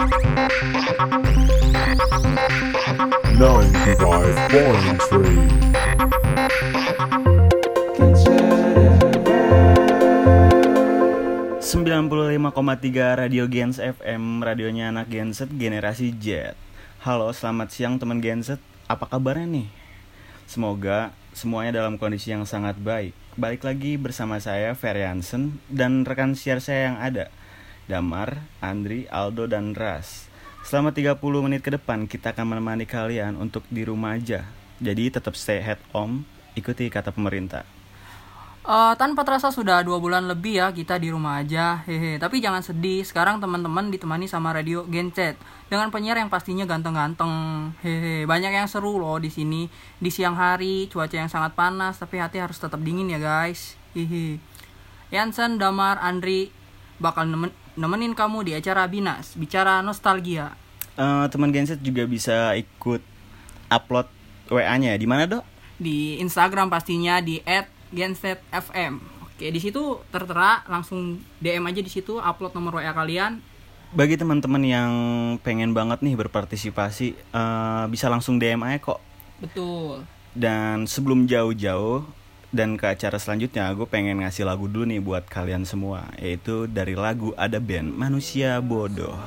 95,3 Radio Gens FM, radionya anak Genset generasi Z. Halo, selamat siang teman Genset. Apa kabarnya nih? Semoga semuanya dalam kondisi yang sangat baik. Balik lagi bersama saya Ferry Hansen dan rekan siar saya yang ada, Damar, Andri, Aldo, dan Ras. Selama 30 menit ke depan kita akan menemani kalian untuk di rumah aja. Jadi tetap stay at home, ikuti kata pemerintah. Tanpa terasa sudah 2 bulan lebih ya kita di rumah aja, hehe. Tapi jangan sedih, sekarang teman-teman ditemani sama Radio Genset dengan penyiar yang pastinya ganteng-ganteng, hehe. Banyak yang seru loh di sini. Di siang hari cuaca yang sangat panas, tapi hati harus tetap dingin ya guys, hehe. Yansen, Damar, Andri bakal nemenin kamu di acara Binas, bicara nostalgia. Teman Genset juga bisa ikut upload WA-nya di mana, Dok? Di Instagram pastinya di @gensetfm. Oke, di situ tertera, langsung DM aja di situ, upload nomor WA kalian. Bagi teman-teman yang pengen banget nih berpartisipasi, bisa langsung DM aja kok. Betul. Dan sebelum jauh-jauh dan ke acara selanjutnya, gue pengen ngasih lagu dulu nih buat kalian semua, yaitu dari lagu Ada Band, Manusia Bodoh.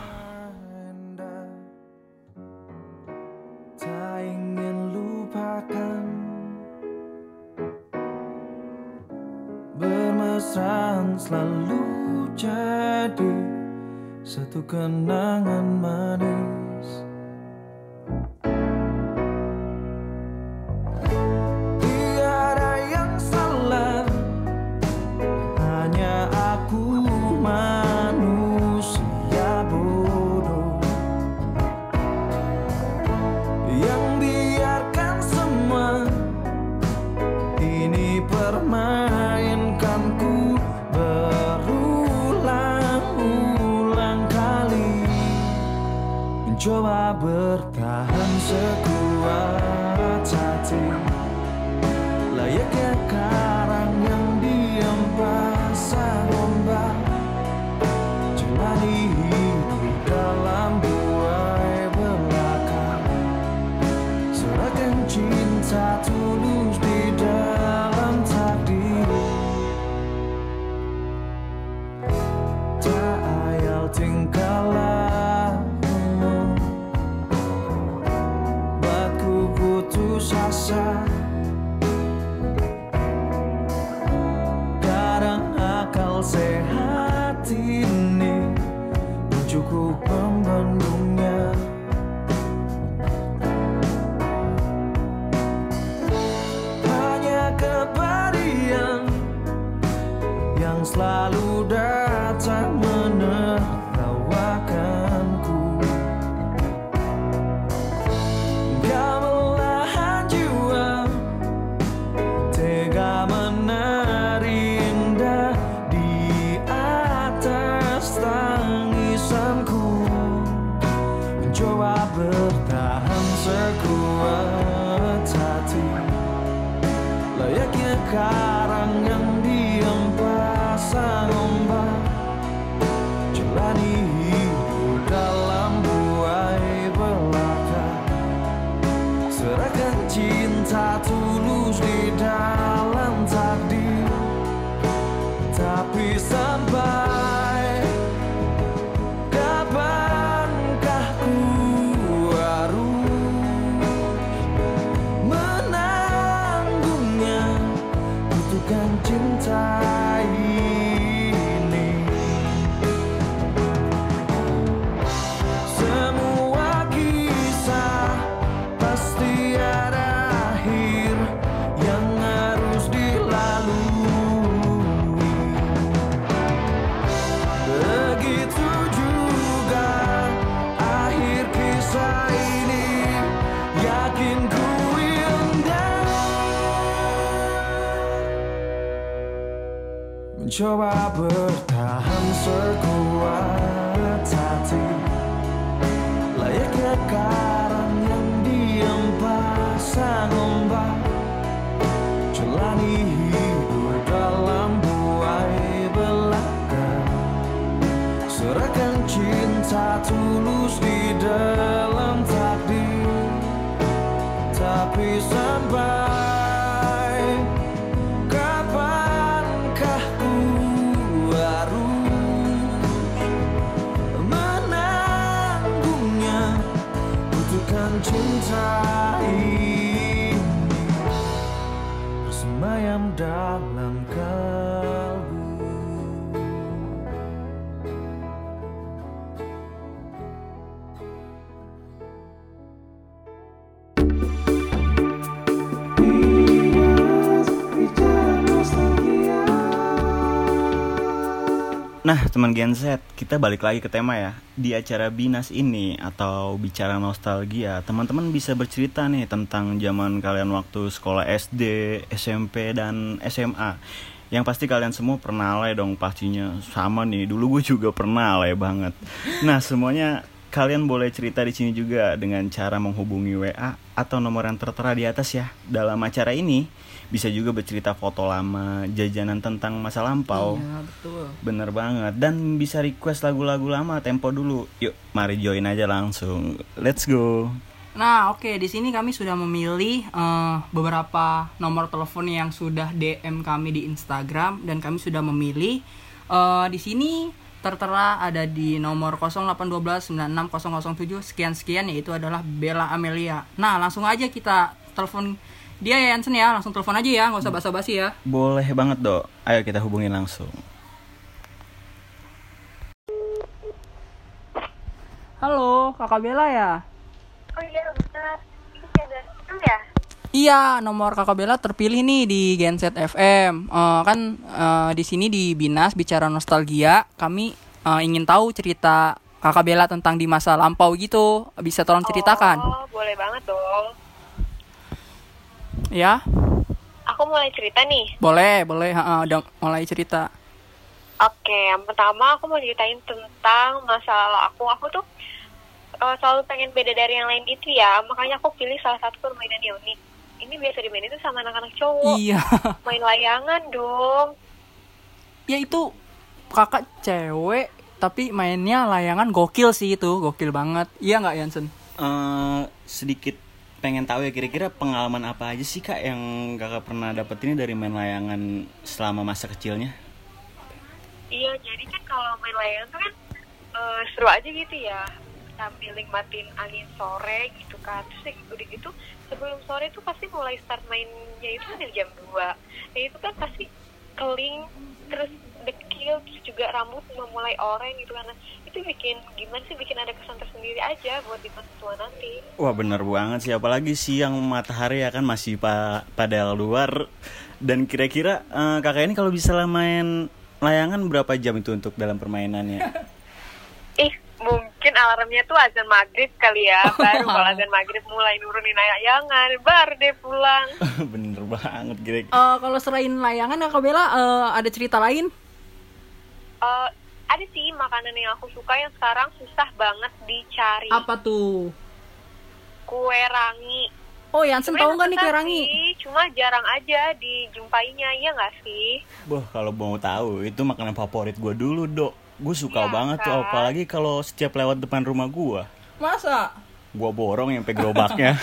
Selalu jadi satu kenangan manis. Tiada yang salah, hanya aku manusia bodoh yang biarkan semua ini permainkanku. Coba bertahan sekuat hati, layaknya karang yang diam pasang ombak. Jalani hidup dalam buai belaka, serahkan cinta tulus di dalam takdir. Tak ayal tingkahlah asa. Kadang akal sehat ini cukup membendungnya. Hanya kepastian yang selalu datang menertawakanku. Coba bertahan sekuat hati, layaknya karang yang diam pasang ombak. Jalani hidup dalam buai belaka, serahkan cinta tulus di dalam takdir. Tapi sampai kapankah ku menanggungnya, butuhkan cinta ini. Semua kisah pasti ada akhir yang harus dilalui. Begitu juga akhir kisah ini, yakin ku mencoba bertahan sekuat hati, layaknya karang yang diam pasang ombak. Jalani hidup dalam buai belaka, serahkan cinta tulus cinta ini bersemayam dalam kalbu. Nah, teman Genset, kita balik lagi ke tema ya. Di acara Binas ini atau bicara nostalgia, teman-teman bisa bercerita nih tentang zaman kalian waktu sekolah SD, SMP, dan SMA. Yang pasti kalian semua pernah alay dong pastinya. Sama nih, dulu gue juga pernah alay banget. Nah, semuanya kalian boleh cerita di sini juga dengan cara menghubungi WA atau nomor yang tertera di atas ya. Dalam acara ini bisa juga bercerita foto lama, jajanan tentang masa lampau. Iya, betul. Bener banget. Dan bisa request lagu-lagu lama tempo dulu. Yuk, mari join aja langsung. Let's go. Nah, oke, di sini kami sudah memilih beberapa nomor telepon yang sudah DM kami di Instagram dan kami sudah memilih di sini tertera ada di nomor 0812960007 sekian-sekian, yaitu adalah Bella Amelia. Nah, langsung aja kita telepon dia ya Yansen ya, langsung telepon aja ya, nggak usah basa-basi ya. Boleh banget Dok. Ayo kita hubungin langsung. Halo, Kakak Bella ya? Oh iya benar, ini ada ya? Iya, nomor Kakak Bella terpilih nih di Genset FM. Di sini di Binas bicara nostalgia, kami ingin tahu cerita Kakak Bella tentang di masa lampau gitu. Bisa tolong ceritakan? Oh, boleh banget dong. Ya? Aku mulai cerita nih. Boleh, udah mulai cerita. Oke, yang pertama aku mau ceritain tentang masa lalu aku. Aku tuh selalu pengen beda dari yang lain itu ya. Makanya aku pilih salah satu permainan yang unik. Ini biasa dimainin tuh sama anak-anak cowok. Iya. Main layangan dong. Ya itu kakak cewek, tapi mainnya layangan gokil sih itu. Gokil banget. Iya nggak Yansen? Sedikit pengen tahu ya kira-kira pengalaman apa aja sih Kak yang Kakak pernah dapetin dari main layangan selama masa kecilnya? Iya, jadi kan kalau main layangan tuh kan seru aja gitu ya. Sambil nikmatin angin sore gitu kan. Terus udah gitu sebelum sore tuh pasti mulai start mainnya itu kan dari jam 2. Nah itu kan pasti keling, terus dekil, terus juga rambut memulai oranye gitu kan. Nah, itu bikin ada kesan tersendiri aja buat di masa tua nanti. Wah bener banget sih, apalagi siang matahari ya kan masih pada luar. Dan kira-kira kakak ini kalau bisa main layangan berapa jam itu untuk dalam permainannya? Mungkin alarmnya tuh azan maghrib kali ya. Baru kalau azan maghrib mulai nurunin layangan, baru deh pulang. Bener banget kira-kira. Kalau selain layangan Kakak Bella ada cerita lain? Ada sih makanan yang aku suka yang sekarang susah banget dicari. Apa tuh? Kue rangi. Oh Yansen tahu nggak nih kue rangi? Cuma jarang aja dijumpainya, iya nggak sih? Boh kalau mau tahu itu makanan favorit gue dulu Dok. Gue suka banget kan? tuh, apalagi kalau setiap lewat depan rumah gue. Masa? Gue borong sampai gerobaknya.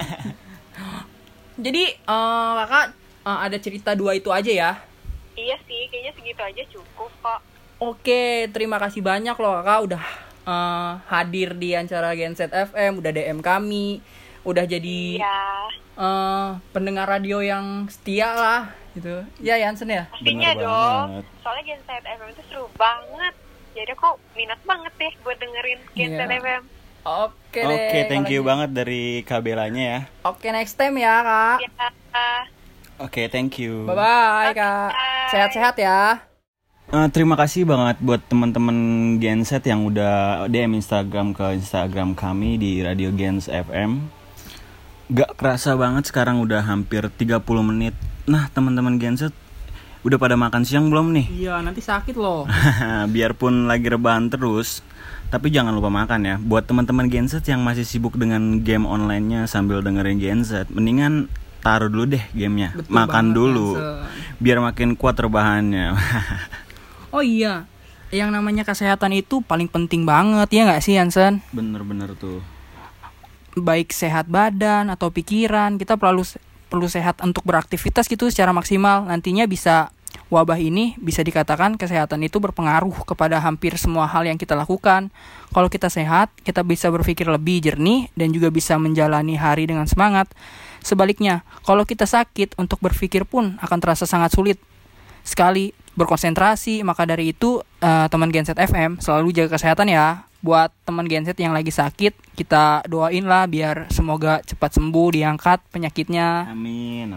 Jadi kakak ada cerita 2 itu aja ya? Iya sih, kayaknya segitu aja cukup kok. Oke, terima kasih banyak loh kakak udah hadir di acara Genset FM, udah DM kami, udah jadi pendengar radio yang setia lah gitu. Ya Yansen ya? Pastinya Bener dong. banget. Soalnya Genset FM itu seru banget. Jadi aku minat banget deh buat dengerin Genset FM. Oke deh. Oke, thank you gitu. banget dari Kabelanya ya. Oke, next time ya kak. Ya. Oke, thank you. Bye-bye kak. Sehat-sehat ya. Terima kasih banget buat teman-teman Genset yang udah DM Instagram ke Instagram kami di Radio Gens FM. Gak kerasa banget sekarang udah hampir 30 menit. Nah, teman-teman Genset udah pada makan siang belum nih? Iya, nanti sakit loh. Biarpun lagi rebahan terus, tapi jangan lupa makan ya. Buat teman-teman Genset yang masih sibuk dengan game online-nya sambil dengerin Genset, mendingan taruh dulu deh gamenya. Betul makan banget, dulu. Yansen. Biar makin kuat rebahannya. Oh iya, yang namanya kesehatan itu paling penting banget ya nggak sih Yansen? Bener-bener tuh. Baik sehat badan atau pikiran, kita perlu sehat untuk beraktivitas gitu secara maksimal. Nantinya bisa wabah ini bisa dikatakan kesehatan itu berpengaruh kepada hampir semua hal yang kita lakukan. Kalau kita sehat, kita bisa berpikir lebih jernih dan juga bisa menjalani hari dengan semangat. Sebaliknya, kalau kita sakit, untuk berpikir pun akan terasa sangat sulit sekali berkonsentrasi. Maka dari itu, teman Genset FM selalu jaga kesehatan ya. Buat teman Genset yang lagi sakit, kita doain lah biar semoga cepat sembuh, diangkat penyakitnya. Amin.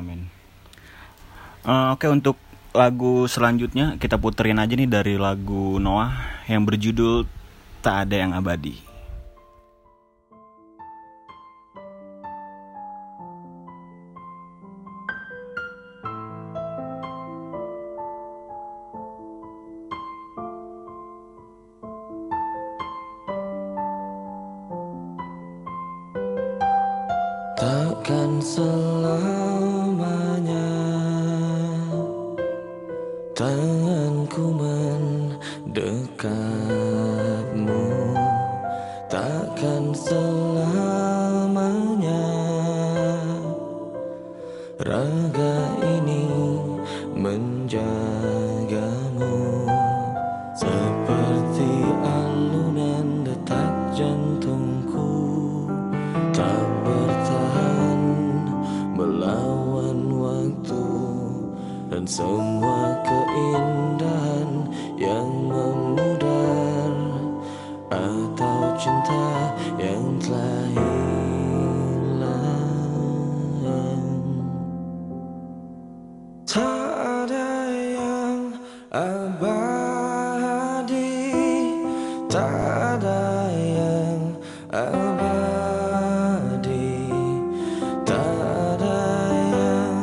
Oke, untuk lagu selanjutnya kita puterin aja nih dari lagu Noah yang berjudul Tak Ada Yang Abadi. Takkan selamanya tanganku mendekapmu, takkan selamanya raga ini menjagamu, seperti alunan detak jantungku tak bertahan melawan waktu dan semua keindahan yang memudar atau cinta yang telah hilang. Tak ada yang abadi, tak ada yang abadi, tak ada yang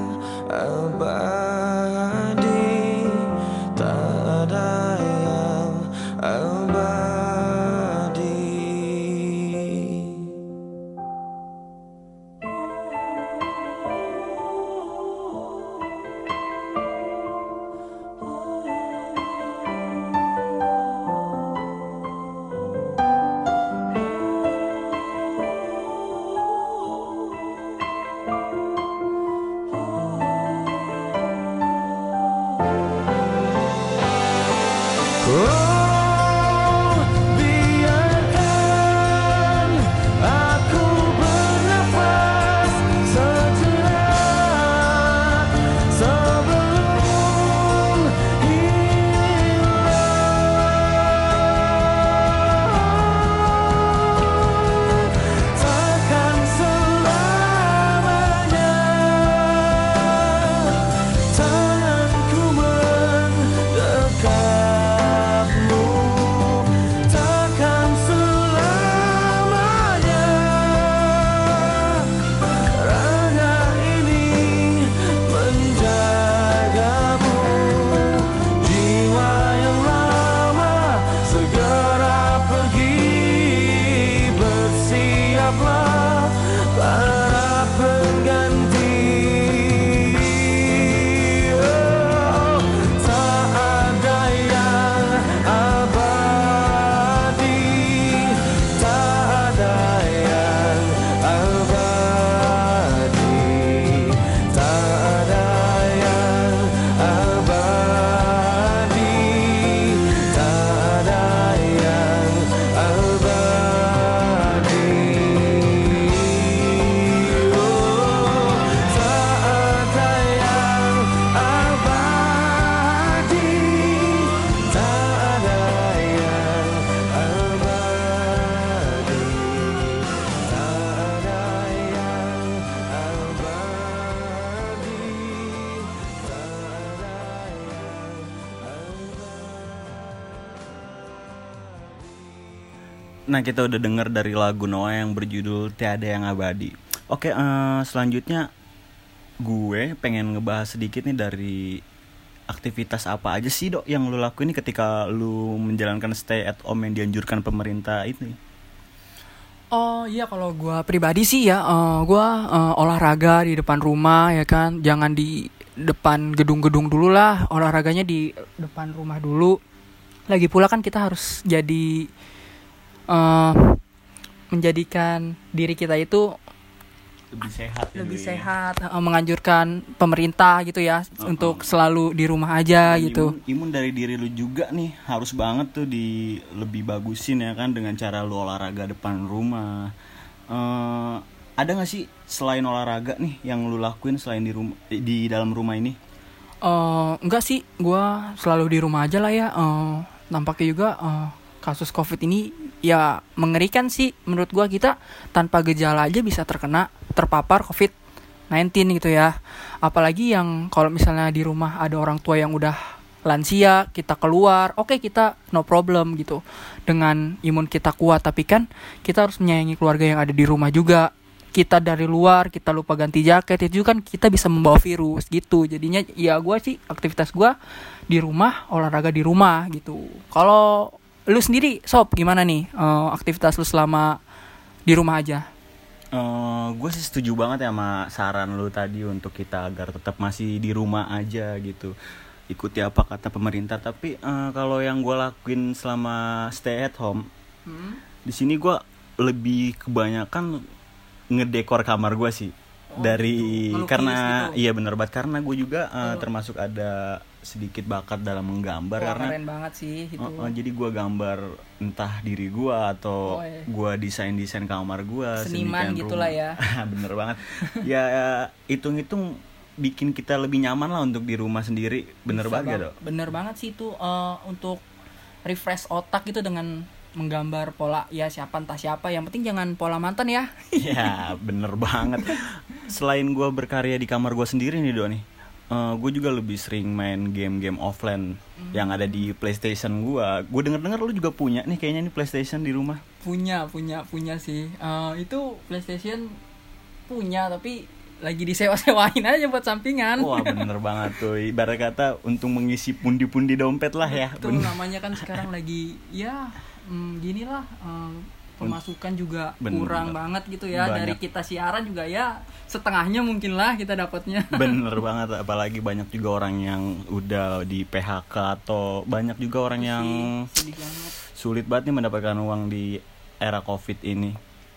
abadi, tak ada yang abadi. Oh, biarkan aku bernafas sejenak sebelum hilang. Takkan selamanya tanganku mendekapmu, takkan selamanya raga ini menjagamu. Jiwa yang lama segera pergi, bersiaplah para pengganti. Oh, tak ada yang abadi, tak ada yang abadi, tak ada yang abadi, tak ada yang abadi. Oh, tak ada yang abadi, tak ada yang abadi, tak ada yang abadi. Nah, kita udah denger dari lagu Noah yang berjudul Tiada Yang Abadi. Oke, selanjutnya gue pengen ngebahas sedikit nih dari aktivitas apa aja sih Dok yang lu lakuin nih ketika lu menjalankan stay at home yang dianjurkan pemerintah itu. Oh iya, kalau gue pribadi sih ya, gue olahraga di depan rumah ya kan. Jangan di depan gedung-gedung dulu lah, olahraganya di depan rumah dulu. Lagi pula kan kita harus menjadikan diri kita itu lebih sehat ya, lebih Doi. sehat, menganjurkan pemerintah gitu ya untuk selalu di rumah aja Dan gitu. imun dari diri lu juga nih harus banget tuh lebih bagusin ya kan, dengan cara lu olahraga depan rumah. Ada nggak sih selain olahraga nih yang lu lakuin selain di dalam rumah ini? Enggak sih, gue selalu di rumah aja lah ya. Nampaknya juga kasus COVID ini ya mengerikan sih menurut gue. Kita tanpa gejala aja bisa terpapar COVID-19 gitu ya. Apalagi yang kalau misalnya di rumah ada orang tua yang udah lansia, kita keluar, oke, kita no problem gitu dengan imun kita kuat. Tapi kan kita harus menyayangi keluarga yang ada di rumah juga. Kita dari luar, kita lupa ganti jaket, itu kan kita bisa membawa virus gitu. Jadinya ya gue sih aktivitas gue di rumah, olahraga di rumah gitu. Kalau lu sendiri Sob, gimana nih aktivitas lu selama di rumah aja? Gue sih setuju banget ya sama saran lu tadi untuk kita agar tetap masih di rumah aja gitu, ikuti apa kata pemerintah. Tapi kalau yang gue lakuin selama stay at home, di sini gue lebih kebanyakan ngedekor kamar gue sih. Dari gitu. karena Gitu. iya bener banget, karena gue juga termasuk ada sedikit bakat dalam menggambar. Wah, karena keren banget sih gitu. jadi gue gambar entah diri gue atau iya. gue desain kamar gue, Seniman gitulah ya. Bener banget. Ya hitung-hitung bikin kita lebih nyaman lah untuk di rumah sendiri. Bener banget ya, Dok? Bener banget sih itu, untuk refresh otak gitu dengan menggambar pola ya entah siapa, yang penting jangan pola mantan ya. Ya bener banget. Selain gue berkarya di kamar gue sendiri nih, Dok nih, gue juga lebih sering main game-game offline yang ada di PlayStation gue. Gue denger-denger lu juga punya nih kayaknya nih PlayStation di rumah. Punya sih. Itu PlayStation punya, tapi lagi disewa-sewain aja buat sampingan. Wah bener banget tuh. Ibarat kata untuk mengisi pundi-pundi dompet lah ya. Itu namanya kan sekarang lagi ya ginilah, pemasukan juga kurang banget gitu ya. Dari kita siaran juga ya setengahnya mungkin lah kita dapatnya. Bener banget, apalagi banyak juga orang yang udah di PHK atau banyak juga orang yang Sedih banget. sulit banget nih mendapatkan uang di era COVID ini.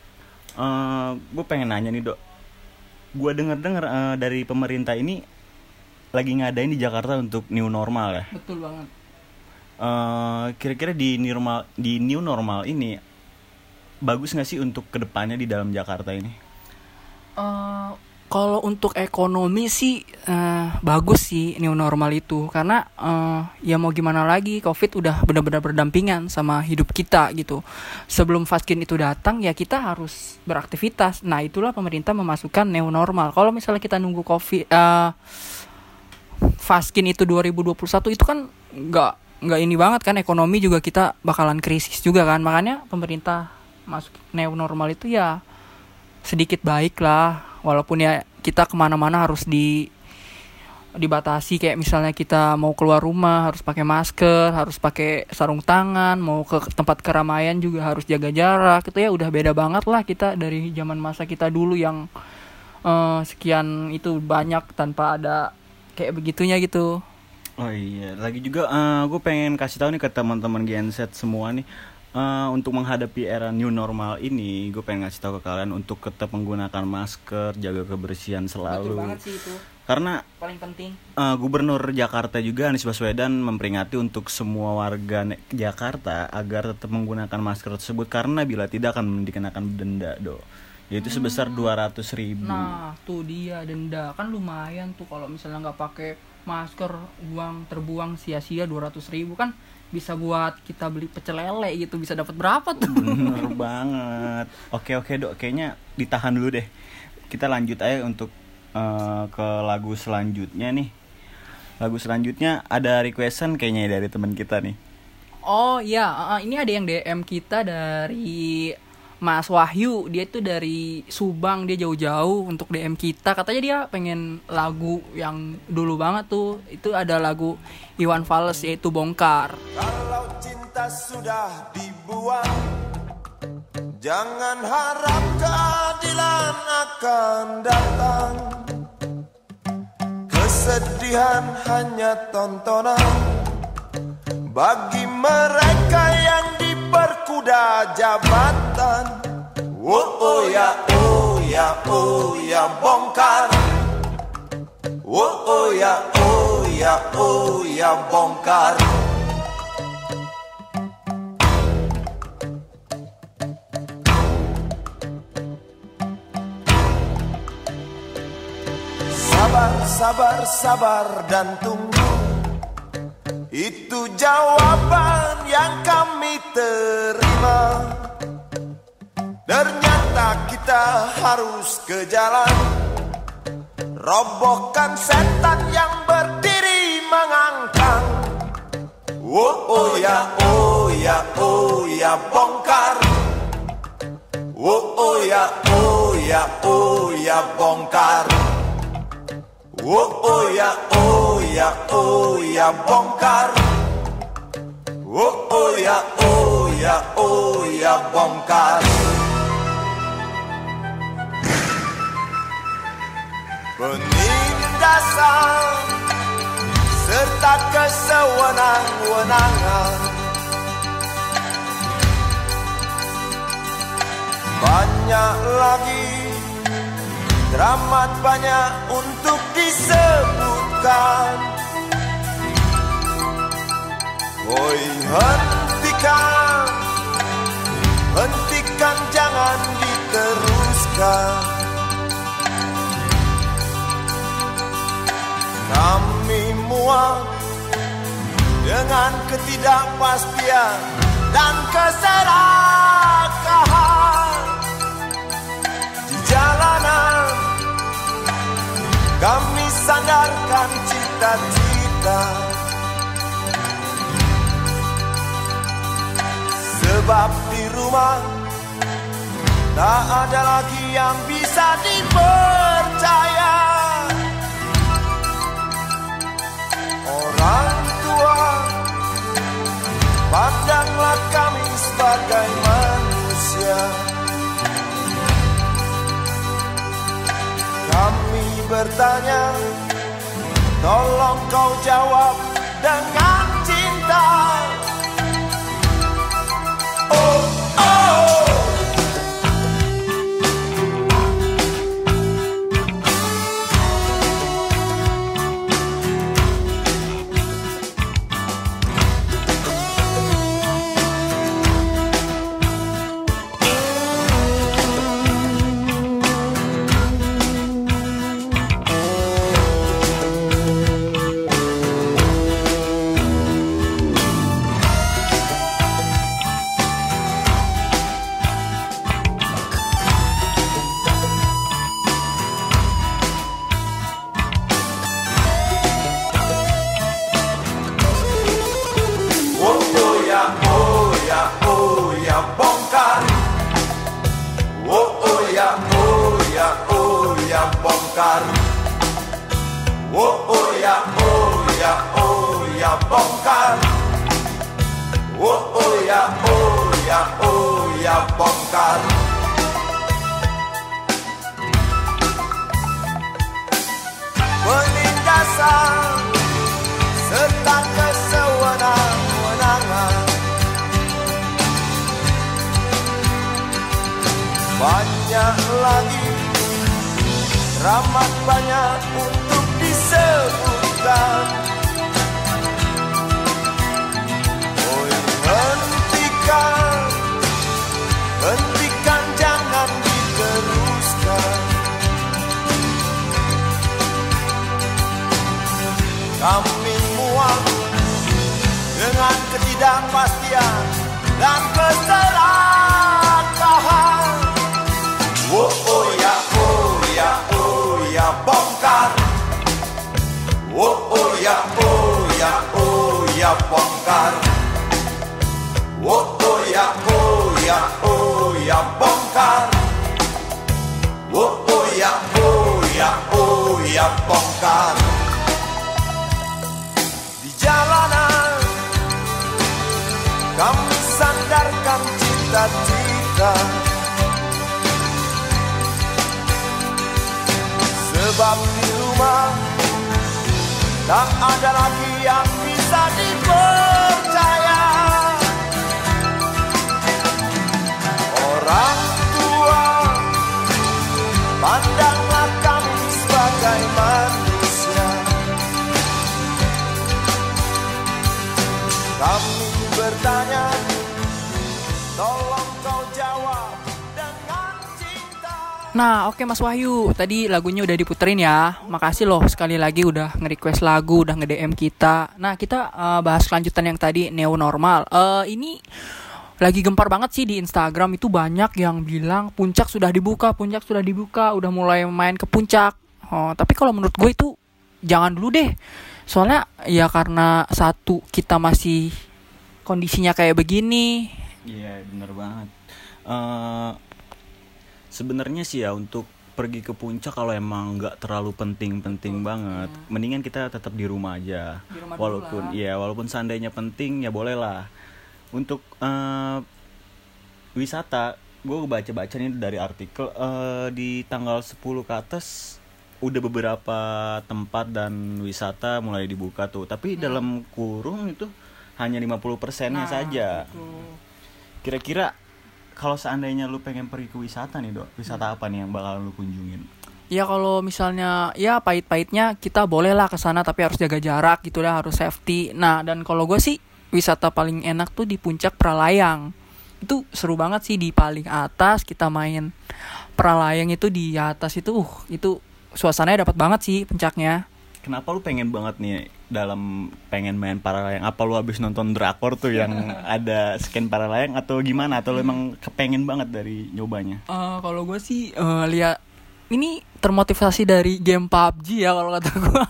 Gue pengen nanya nih, Dok. Gue denger dari pemerintah ini lagi ngadain di Jakarta untuk new normal ya. Betul banget. Kira-kira di new normal ini bagus nggak sih untuk kedepannya di dalam Jakarta ini? Kalau untuk ekonomi sih bagus sih new normal itu, karena ya mau gimana lagi, COVID udah benar-benar berdampingan sama hidup kita gitu. Sebelum vaksin itu datang ya kita harus beraktivitas. Nah itulah pemerintah memasukkan new normal. Kalau misalnya kita nunggu COVID vaksin itu 2021 itu kan nggak ini banget kan, ekonomi juga kita bakalan krisis juga kan. Makanya pemerintah masuk new normal itu ya sedikit baik lah, walaupun ya kita kemana-mana harus dibatasi. Kayak misalnya kita mau keluar rumah harus pakai masker, harus pakai sarung tangan, mau ke tempat keramaian juga harus jaga jarak. Itu ya udah beda banget lah kita dari zaman masa kita dulu yang sekian itu banyak tanpa ada kayak begitunya gitu. Oh iya, lagi juga gue pengen kasih tahu nih ke teman-teman Gen Z semua nih, untuk menghadapi era new normal ini, gue pengen ngasih tahu ke kalian untuk tetap menggunakan masker, jaga kebersihan selalu. Betul banget sih itu. Karena Paling penting. Gubernur Jakarta juga Anies Baswedan memperingati untuk semua warga Jakarta agar tetap menggunakan masker tersebut, karena bila tidak akan dikenakan denda, yaitu sebesar 200.000. Nah, tuh dia denda. Kan lumayan tuh kalau misalnya nggak pakai masker, uang terbuang sia-sia 200.000 kan bisa buat kita beli pecel lele gitu, bisa dapat berapa tuh? Bener banget. Oke Dok, kayaknya ditahan dulu deh. Kita lanjut aja untuk ke lagu selanjutnya nih. Lagu selanjutnya ada requestan kayaknya dari teman kita nih. Oh iya, ini ada yang DM kita dari Mas Wahyu. Dia itu dari Subang, dia jauh-jauh untuk DM kita. Katanya dia pengen lagu yang dulu banget tuh. Itu ada lagu Iwan Fals yaitu Bongkar. Kalau cinta sudah dibuang, jangan harap keadilan akan datang. Kesedihan hanya tontonan bagi mereka yang diperkuda jabatan. Oh ya, oh ya, oh ya. bongkar. Oh ya, oh ya, oh ya, bongkar. Sabar, sabar, sabar dan tunggu. Itu jawaban yang kami terima. Ternyata kita harus ke jalan, robohkan setan yang berdiri mengangkang. Oh ya, oh ya, oh ya, bongkar. Oh ya, oh ya, oh ya, bongkar. Oh ya, oh ya, oh ya, bongkar. Oh ya, oh ya, oh ya, bongkar. Penindasan serta kesewenang-wenangan, banyak lagi, teramat banyak untuk disebutkan. Woi, hentikan, hentikan, jangan diteruskan. Kami muak dengan ketidakpastian dan keserakahan di jalanan. Kami sandarkan cita-cita, sebab di rumah tak ada lagi yang bisa dipercaya. Orang tua, pandanglah kami sebagai manusia. Kami bertanya, tolong kau jawab dengan cinta. Oh, oh. Bongkar. Oh ya, oh ya, oh ya, bongkar. Oh ya, oh ya, oh ya, bongkar. Penindasan serta kesewenang-wenangan, banyak lagi, teramat banyak untuk disebutkan. Oh, hentikan, hentikan, jangan diteruskan. Kami muak dengan ketidakpastian dan keserakahan. Oh ya, oh ya, oh ya, bongkar. Oh ya, oh ya, oh ya, bongkar. Oh ya, oh ya, oh ya, bongkar. Oh ya, oh ya, oh ya, bongkar. Di jalanan kami sandarkan cita-cita, sebab di rumah tak ada lagi yang bisa dipercaya. Orang tua, pandanglah kami Nah, oke Mas Wahyu, tadi lagunya udah diputerin ya. Makasih loh sekali lagi udah nge-request lagu, udah nge-DM kita. Nah, kita bahas kelanjutan yang tadi New Normal. Ini lagi gempar banget sih di Instagram, itu banyak yang bilang puncak sudah dibuka, udah mulai main ke puncak. Tapi kalau menurut gue itu jangan dulu deh. Soalnya ya karena satu, kita masih kondisinya kayak begini. Iya, bener banget. Sebenarnya sih ya, untuk pergi ke puncak kalau emang nggak terlalu penting banget, mendingan kita tetap di rumah aja. Di rumah Walaupun walaupun seandainya penting ya boleh lah. Untuk wisata, gue baca-baca nih dari artikel, di tanggal 10 ke atas udah beberapa tempat dan wisata mulai dibuka tuh. Tapi dalam kurung itu hanya 50%-nya saja. Gitu. Kira-kira kalau seandainya lu pengen pergi ke wisata nih, Dok, wisata apa nih yang bakalan lu kunjungin? Ya kalau misalnya ya pahit-pahitnya kita boleh lah ke sana, tapi harus jaga jarak gitu lah, harus safety. Nah, dan kalau gue sih wisata paling enak tuh di puncak Pralayang. Itu seru banget sih, di paling atas kita main Pralayang itu di atas itu suasananya dapat banget sih puncaknya. Kenapa lu pengen banget nih dalam pengen main Paralayang? Apa lu habis nonton drakor tuh yang ada scan Paralayang atau gimana? Atau lu emang kepengen banget dari nyobanya? Kalau gue sih lihat ini termotivasi dari game PUBG ya kalau kata gue.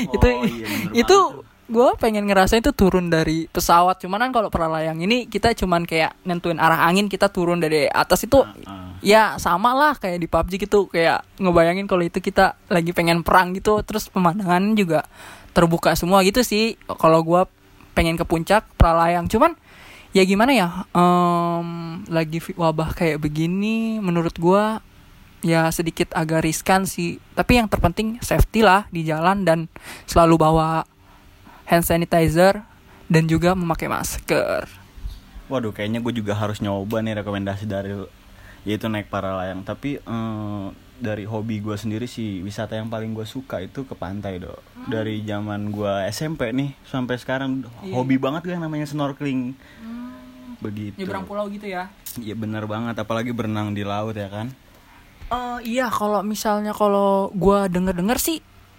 Itu gue pengen ngerasain itu turun dari pesawat. Cuman kan kalau Paralayang ini kita cuman kayak nentuin arah angin, kita turun dari atas itu. Ya sama lah kayak di PUBG gitu, kayak ngebayangin kalau itu kita lagi pengen perang gitu, terus pemandangan juga terbuka semua gitu sih. Kalau gue pengen ke puncak Pralayang, cuman ya gimana ya, lagi wabah kayak begini, menurut gue ya sedikit agak riskan sih. Tapi yang terpenting safety lah di jalan, dan selalu bawa hand sanitizer dan juga memakai masker. Waduh, kayaknya gue juga harus nyoba nih rekomendasi dari lu, yaitu naik Paralayang. Tapi dari hobi gue sendiri sih, wisata yang paling gue suka itu ke pantai, Dok. Dari zaman gue SMP nih sampai sekarang, hobi banget gue yang namanya snorkeling. Begitu. Nyebrang pulau gitu ya? Iya benar banget, apalagi berenang di laut ya kan. Iya, kalau misalnya kalau gue denger sih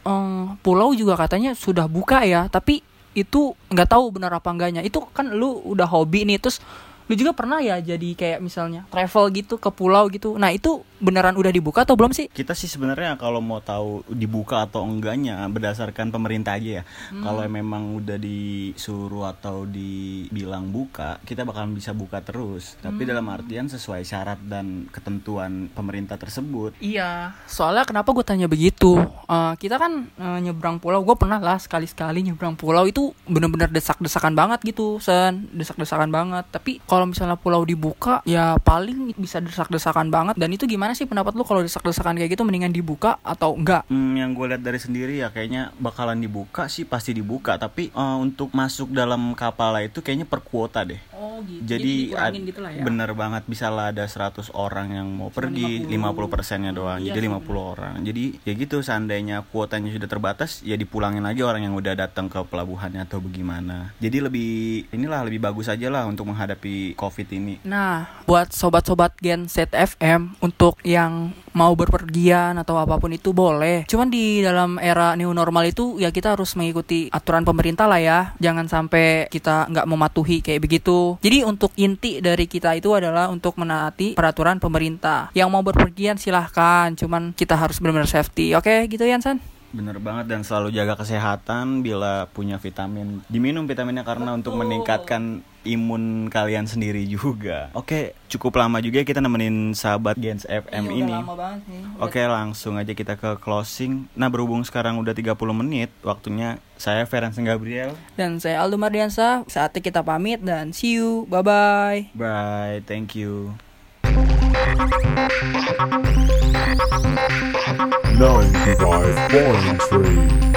pulau juga katanya sudah buka ya, tapi itu nggak tahu benar apa enggaknya. Itu kan lu udah hobi nih, terus lu juga pernah ya jadi kayak misalnya travel gitu ke pulau gitu. Nah itu beneran udah dibuka atau belum sih? Kita sih sebenarnya kalau mau tahu dibuka atau enggaknya berdasarkan pemerintah aja ya. Kalau memang udah disuruh atau dibilang buka, kita bakalan bisa buka terus. Tapi dalam artian sesuai syarat dan ketentuan pemerintah tersebut. Iya, soalnya kenapa gue tanya begitu? Kita kan nyebrang pulau, gue pernah lah sekali-sekali nyebrang pulau, itu bener-bener desak-desakan banget gitu, desak-desakan banget. Tapi kalau misalnya pulau dibuka, ya paling bisa desak-desakan banget. Dan itu gimana sih pendapat lu, kalau desak-desakan kayak gitu mendingan dibuka atau enggak? Yang gue lihat dari sendiri ya kayaknya bakalan dibuka sih, pasti dibuka. Tapi untuk masuk dalam kapal itu kayaknya per kuota deh. Oh gitu. Jadi gitu lah ya. Bener banget, bisa lah ada 100 orang yang mau pergi, 50%-nya doang. Iya, jadi 50 orang. Jadi ya gitu, seandainya kuotanya sudah terbatas, ya dipulangin lagi orang yang udah datang ke pelabuhannya atau bagaimana. Jadi lebih bagus aja lah untuk menghadapi COVID ini. Nah, buat sobat-sobat Gen Z FM, untuk yang mau berpergian atau apapun itu boleh. Cuman di dalam era new normal itu ya kita harus mengikuti aturan pemerintah lah ya. Jangan sampai kita nggak mematuhi kayak begitu. Jadi untuk inti dari kita itu adalah untuk menaati peraturan pemerintah. Yang mau berpergian silahkan, cuman kita harus benar-benar safety. Oke, gitu Yansan? Bener banget, dan selalu jaga kesehatan. Bila punya vitamin, diminum vitaminnya karena untuk meningkatkan imun kalian sendiri juga. Oke, cukup lama juga kita nemenin sahabat Gens FM ini. Udah lama banget nih. Oke, langsung aja kita ke closing. Nah, berhubung sekarang udah 30 menit waktunya, saya Feransen Gabriel dan saya Aldo Mardiansa. Saatnya kita pamit dan see you. Bye-bye. Bye, thank you. 95.3